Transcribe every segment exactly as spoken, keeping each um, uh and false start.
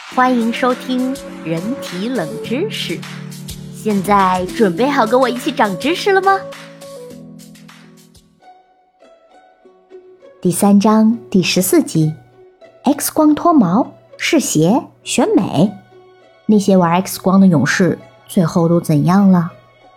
欢迎收听人体冷知识。现在准备好跟我一起长知识了吗？第三章第十四集 X 光脱毛试鞋选美，那些玩 X 光的勇士最后都怎样了？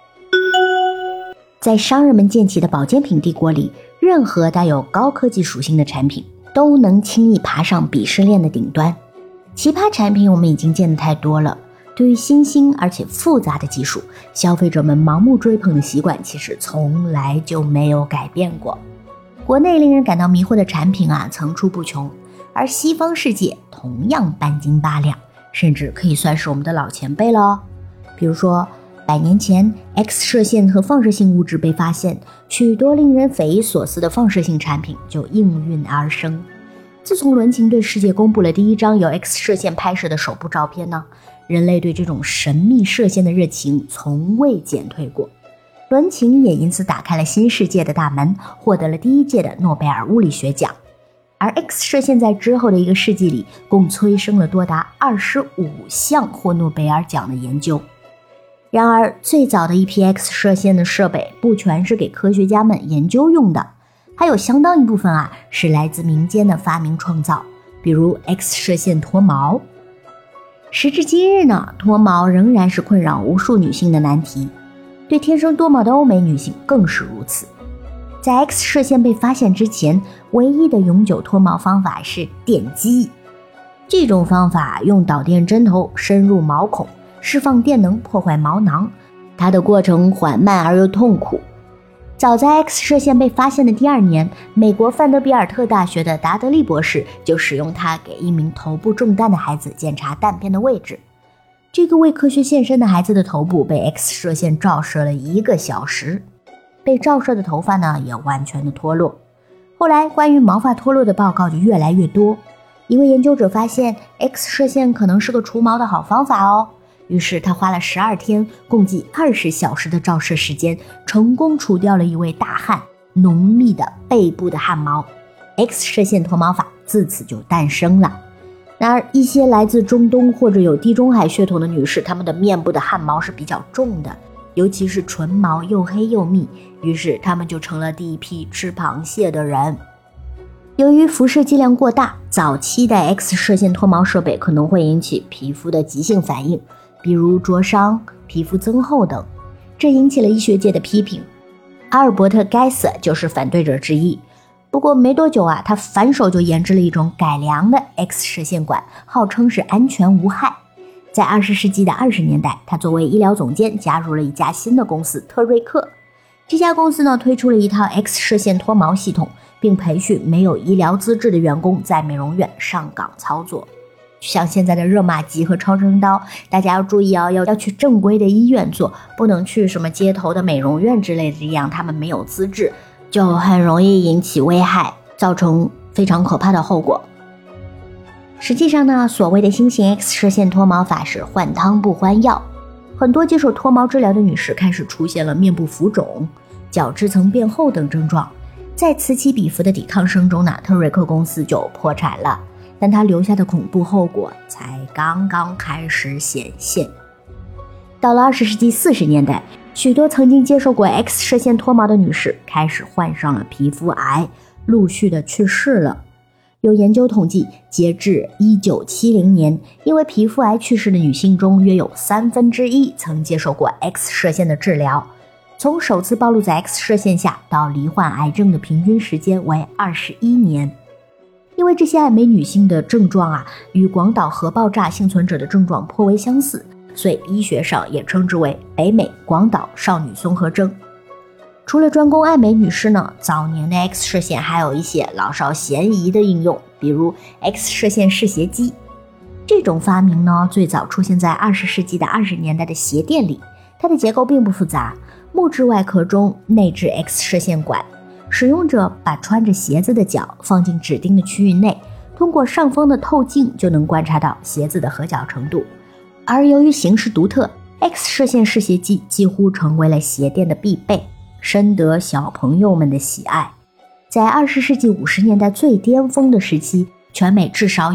在商人们建起的保健品帝国里，任何带有高科技属性的产品都能轻易爬上鄙视链的顶端。奇葩产品我们已经见得太多了，对于新兴而且复杂的技术，消费者们盲目追捧的习惯其实从来就没有改变过。国内令人感到迷惑的产品啊层出不穷，而西方世界同样半斤八两，甚至可以算是我们的老前辈了哦。比如说百年前 X 射线和放射性物质被发现，许多令人匪夷所思的放射性产品就应运而生。自从伦琴对世界公布了第一张由 X 射线拍摄的首部照片呢，人类对这种神秘射线的热情从未减退过。伦琴也因此打开了新世界的大门，获得了第一届的诺贝尔物理学奖。而 X 射线在之后的一个世纪里，共催生了多达二十五项获诺贝尔奖的研究。然而，最早的一批 X 射线的设备不全是给科学家们研究用的，还有相当一部分啊是来自民间的发明创造，比如 X 射线脱毛。时至今日呢，脱毛仍然是困扰无数女性的难题，对天生多毛的欧美女性更是如此。在 X 射线被发现之前，唯一的永久脱毛方法是电击。这种方法用导电针头深入毛孔，释放电能破坏毛囊，它的过程缓慢而又痛苦。早在 X 射线被发现的第二年，美国范德比尔特大学的达德利博士就使用它给一名头部中弹的孩子检查弹片的位置。这个为科学献身的孩子的头部被 X 射线照射了一个小时，被照射的头发呢也完全的脱落。后来关于毛发脱落的报告就越来越多，一位研究者发现 X 射线可能是个除毛的好方法哦。于是他花了十二天，共计二十小时的照射时间，成功除掉了一位大汉浓密的背部的汗毛。X 射线脱毛法自此就诞生了。然而一些来自中东或者有地中海血统的女士，她们的面部的汗毛是比较重的，尤其是唇毛又黑又密，于是她们就成了第一批吃螃蟹的人。由于辐射剂量过大，早期的 X 射线脱毛设备可能会引起皮肤的急性反应，比如灼伤、皮肤增厚等，这引起了医学界的批评。阿尔伯特·盖瑟就是反对者之一。不过没多久啊，他反手就研制了一种改良的 X 射线管，号称是安全无害。在二十世纪的二十年代，他作为医疗总监加入了一家新的公司特瑞克。这家公司呢推出了一套 X 射线脱毛系统，并培训没有医疗资质的员工在美容院上岗操作。像现在的热玛吉和超声刀，大家要注意哦，要要去正规的医院做，不能去什么街头的美容院之类的，这样他们没有资质，就很容易引起危害，造成非常可怕的后果。实际上呢，所谓的新型 X 射线脱毛法是换汤不换药，很多接受脱毛治疗的女士开始出现了面部浮肿、角质层变厚等症状。在此起彼伏的抵抗声中呢，特瑞克公司就破产了。但它留下的恐怖后果才刚刚开始显现。到了二十世纪四十年代，许多曾经接受过 X 射线脱毛的女士开始患上了皮肤癌，陆续的去世了。有研究统计，截至一九七零年，因为皮肤癌去世的女性中，约有三分之一曾接受过 X 射线的治疗。从首次暴露在 X 射线下到罹患癌症的平均时间为二十一年。因为这些爱美女性的症状啊，与广岛核爆炸幸存者的症状颇为相似，所以医学上也称之为北美广岛少女综合征。除了专攻爱美女士呢，早年的 X 射线还有一些老少咸宜的应用，比如 X 射线试鞋机。这种发明呢，最早出现在二十世纪的二十年代的鞋店里，它的结构并不复杂，木质外壳中内置 X 射线管。使用者把穿着鞋子的脚放进指定的区域内，通过上方的透镜就能观察到鞋子的合脚程度。而由于形式独特， X 射线试鞋机几乎成为了鞋店的必备，深得小朋友们的喜爱。在二十世纪五十年代最巅峰的时期，全美至少有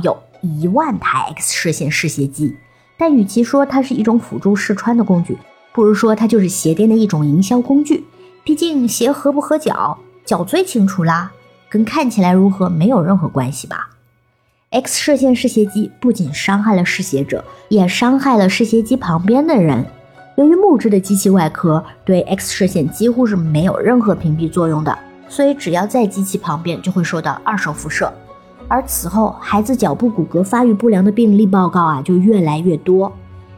一万台 X 射线视斜机，但与其说它是一种辅助视穿的工具，不如说它就是鞋店的一种营销工具。毕竟鞋合不合脚，脚最清楚啦，跟看起来如何没有任何关系吧。X 射线视斜机不仅伤害了视斜者，也伤害了视斜机旁边的人。由于木质的机器外壳对 X 射线几乎是没有任何屏蔽作用的，所以只要在机器旁边就会受到二手辐射。而此后孩子脚部骨骼发育不良的病例报告啊就越来越多，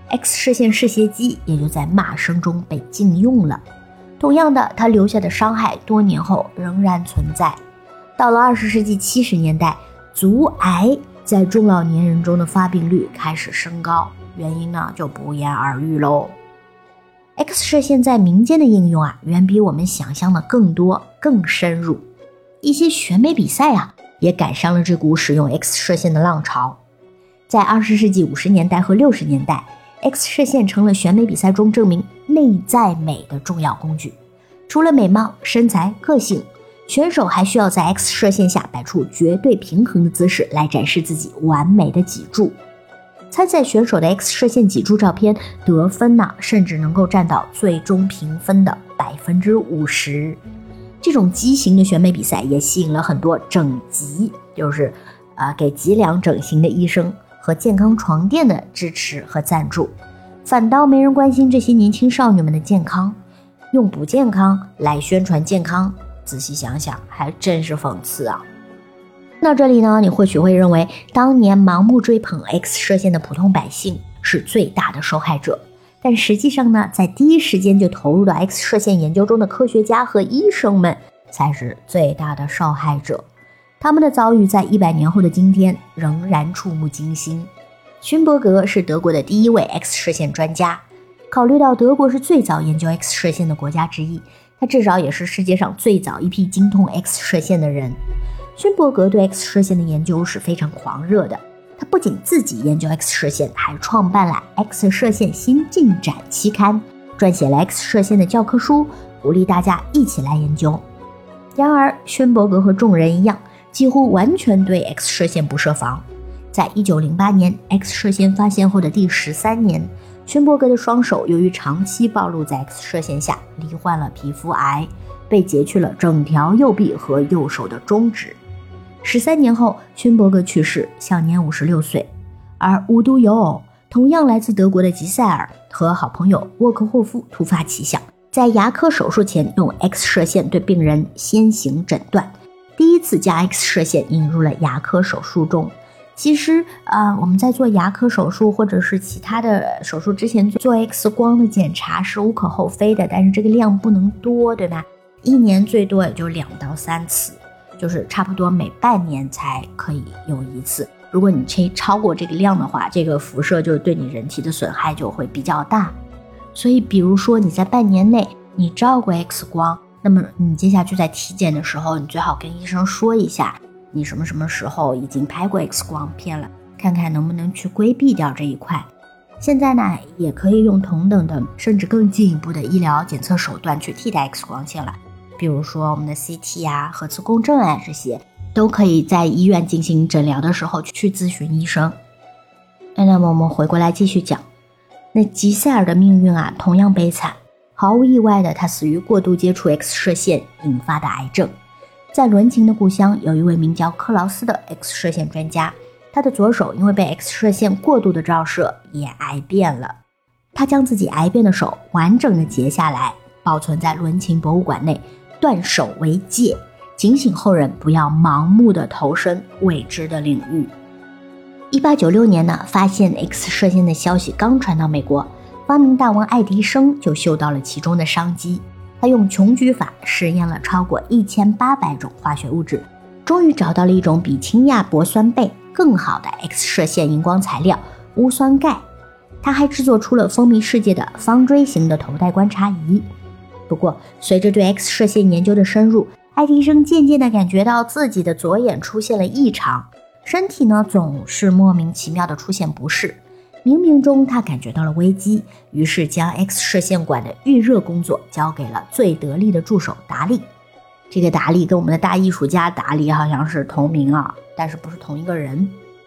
X 射线视斜机也就在骂声中被禁用了。同样的，它留下的伤害多年后仍然存在。到了二十世纪七十年代，足癌在中老年人中的发病率开始升高，原因呢就不言而喻喽。X 射线在民间的应用啊，远比我们想象的更多、更深入。一些选美比赛啊，也赶上了这股使用 X 射线的浪潮。在二十世纪五十年代和六十年代， X 射线成了选美比赛中证明内在美的重要工具。除了美貌、身材、个性，选手还需要在 X 射线下摆出绝对平衡的姿势来展示自己完美的脊柱。参赛选手的 X 射线脊柱照片得分呢，甚至能够占到最终评分的 百分之五十。 这种畸形的选美比赛也吸引了很多整脊，就是呃给脊梁整形的医生和健康床垫的支持和赞助，反倒没人关心这些年轻少女们的健康，用不健康来宣传健康，仔细想想还真是讽刺啊。到这里呢，你或许会认为当年盲目追捧 X 射线的普通百姓是最大的受害者，但实际上呢，在第一时间就投入到 X 射线研究中的科学家和医生们才是最大的受害者。他们的遭遇在一百年后的今天仍然触目惊心。勋伯格是德国的第一位 X 射线专家，考虑到德国是最早研究 X 射线的国家之一，他至少也是世界上最早一批精通 X 射线的人。勋伯格对 X 射线的研究是非常狂热的，他不仅自己研究 X 射线，还创办了 X 射线新进展期刊，撰写了 X 射线的教科书，鼓励大家一起来研究。然而勋伯格和众人一样，几乎完全对 X 射线不设防。在一九零八年 X 射线发现后的第十三年，勋伯格的双手由于长期暴露在 X 射线下，罹患了皮肤癌，被截去了整条右臂和右手的中指。十三年后，勋伯格去世，享年五十六岁。而无独有偶，同样来自德国的吉塞尔和好朋友沃克霍夫突发奇想，在牙科手术前用 X 射线对病人先行诊断，第一次将 X 射线引入了牙科手术中。其实呃，我们在做牙科手术或者是其他的手术之前做 X 光的检查是无可厚非的，但是这个量不能多，对吧？一年最多也就两到三次，就是差不多每半年才可以有一次。如果你超过这个量的话，这个辐射就对你人体的损害就会比较大。所以比如说你在半年内你照过 X 光，那么你接下去在体检的时候，你最好跟医生说一下你什么什么时候已经拍过 X 光片了，看看能不能去规避掉这一块。现在呢，也可以用同等的甚至更进一步的医疗检测手段去替代 X 光线了，比如说我们的 C T 啊、核磁共振啊，这些都可以在医院进行诊疗的时候去咨询医生。那么我们回过来继续讲，那吉塞尔的命运啊同样悲惨，毫无意外的他死于过度接触 X 射线引发的癌症。在伦琴的故乡有一位名叫克劳斯的 X 射线专家，他的左手因为被 X 射线过度的照射也癌变了。他将自己癌变的手完整的截下来，保存在伦琴博物馆内，断手为戒，警醒后人不要盲目的投身未知的领域。一八九六年呢，发现 X 射线的消息刚传到美国，发明大王爱迪生就嗅到了其中的商机。他用穷举法实验了超过一千八百种化学物质，终于找到了一种比氢亚铂酸钡更好的 X 射线荧光材料钨酸钙。他还制作出了风靡世界的方锥形的头戴观察仪。不过随着对 X 射线研究的深入，爱迪生渐渐地感觉到自己的左眼出现了异常，身体呢总是莫名其妙地出现不适。冥冥中他感觉到了危机，于是将 X 射线管的预热工作交给了最得力的助手达利。这个达利跟我们的大艺术家达利好像是同名啊，但是不是同一个人。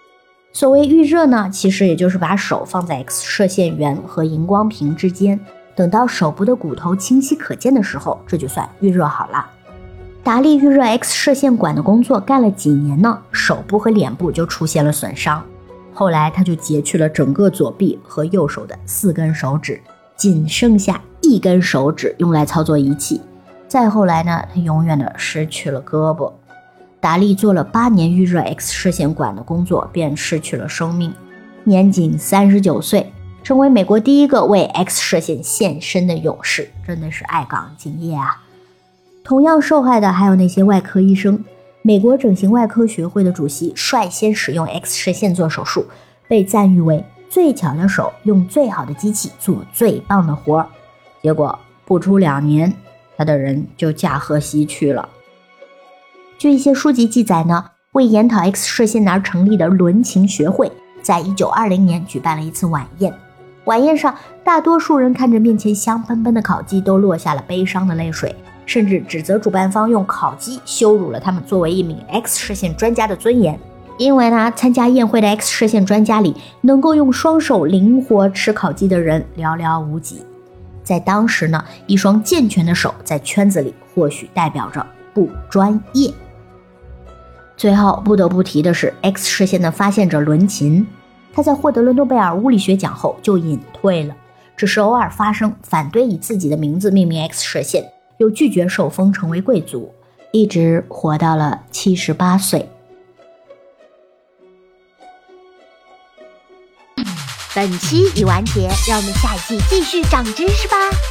所谓预热呢，其实也就是把手放在 X 射线源和荧光屏之间，等到手部的骨头清晰可见的时候，这就算预热好了。达利预热 X 射线管的工作干了几年呢，手部和脸部就出现了损伤。后来他就截去了整个左臂和右手的四根手指，仅剩下一根手指用来操作仪器。再后来呢，他永远的失去了胳膊。达利做了八年预热 X 射线管的工作，便失去了生命，年仅三十九岁，成为美国第一个为 X 射线献身的勇士，真的是爱岗敬业啊！同样受害的还有那些外科医生。美国整形外科学会的主席率先使用 X 射线做手术，被赞誉为最巧的手，用最好的机器做最棒的活儿。结果不出两年，他的人就驾鹤西去了。据一些书籍记载呢，为研讨 X 射线而成立的伦琴学会在一九二零年举办了一次晚宴。晚宴上，大多数人看着面前香喷喷的烤鸡都落下了悲伤的泪水，甚至指责主办方用烤鸡羞辱了他们作为一名 X 射线专家的尊严。因为呢，参加宴会的 X 射线专家里，能够用双手灵活吃烤鸡的人寥寥无几。在当时呢，一双健全的手在圈子里或许代表着不专业。最后不得不提的是 X 射线的发现者伦琴，他在获得了诺贝尔物理学奖后就隐退了，只是偶尔发声反对以自己的名字命名 X 射线，又拒绝受封成为贵族，一直活到了七十八岁。 本期已完结，让我们下一期继续长知识吧。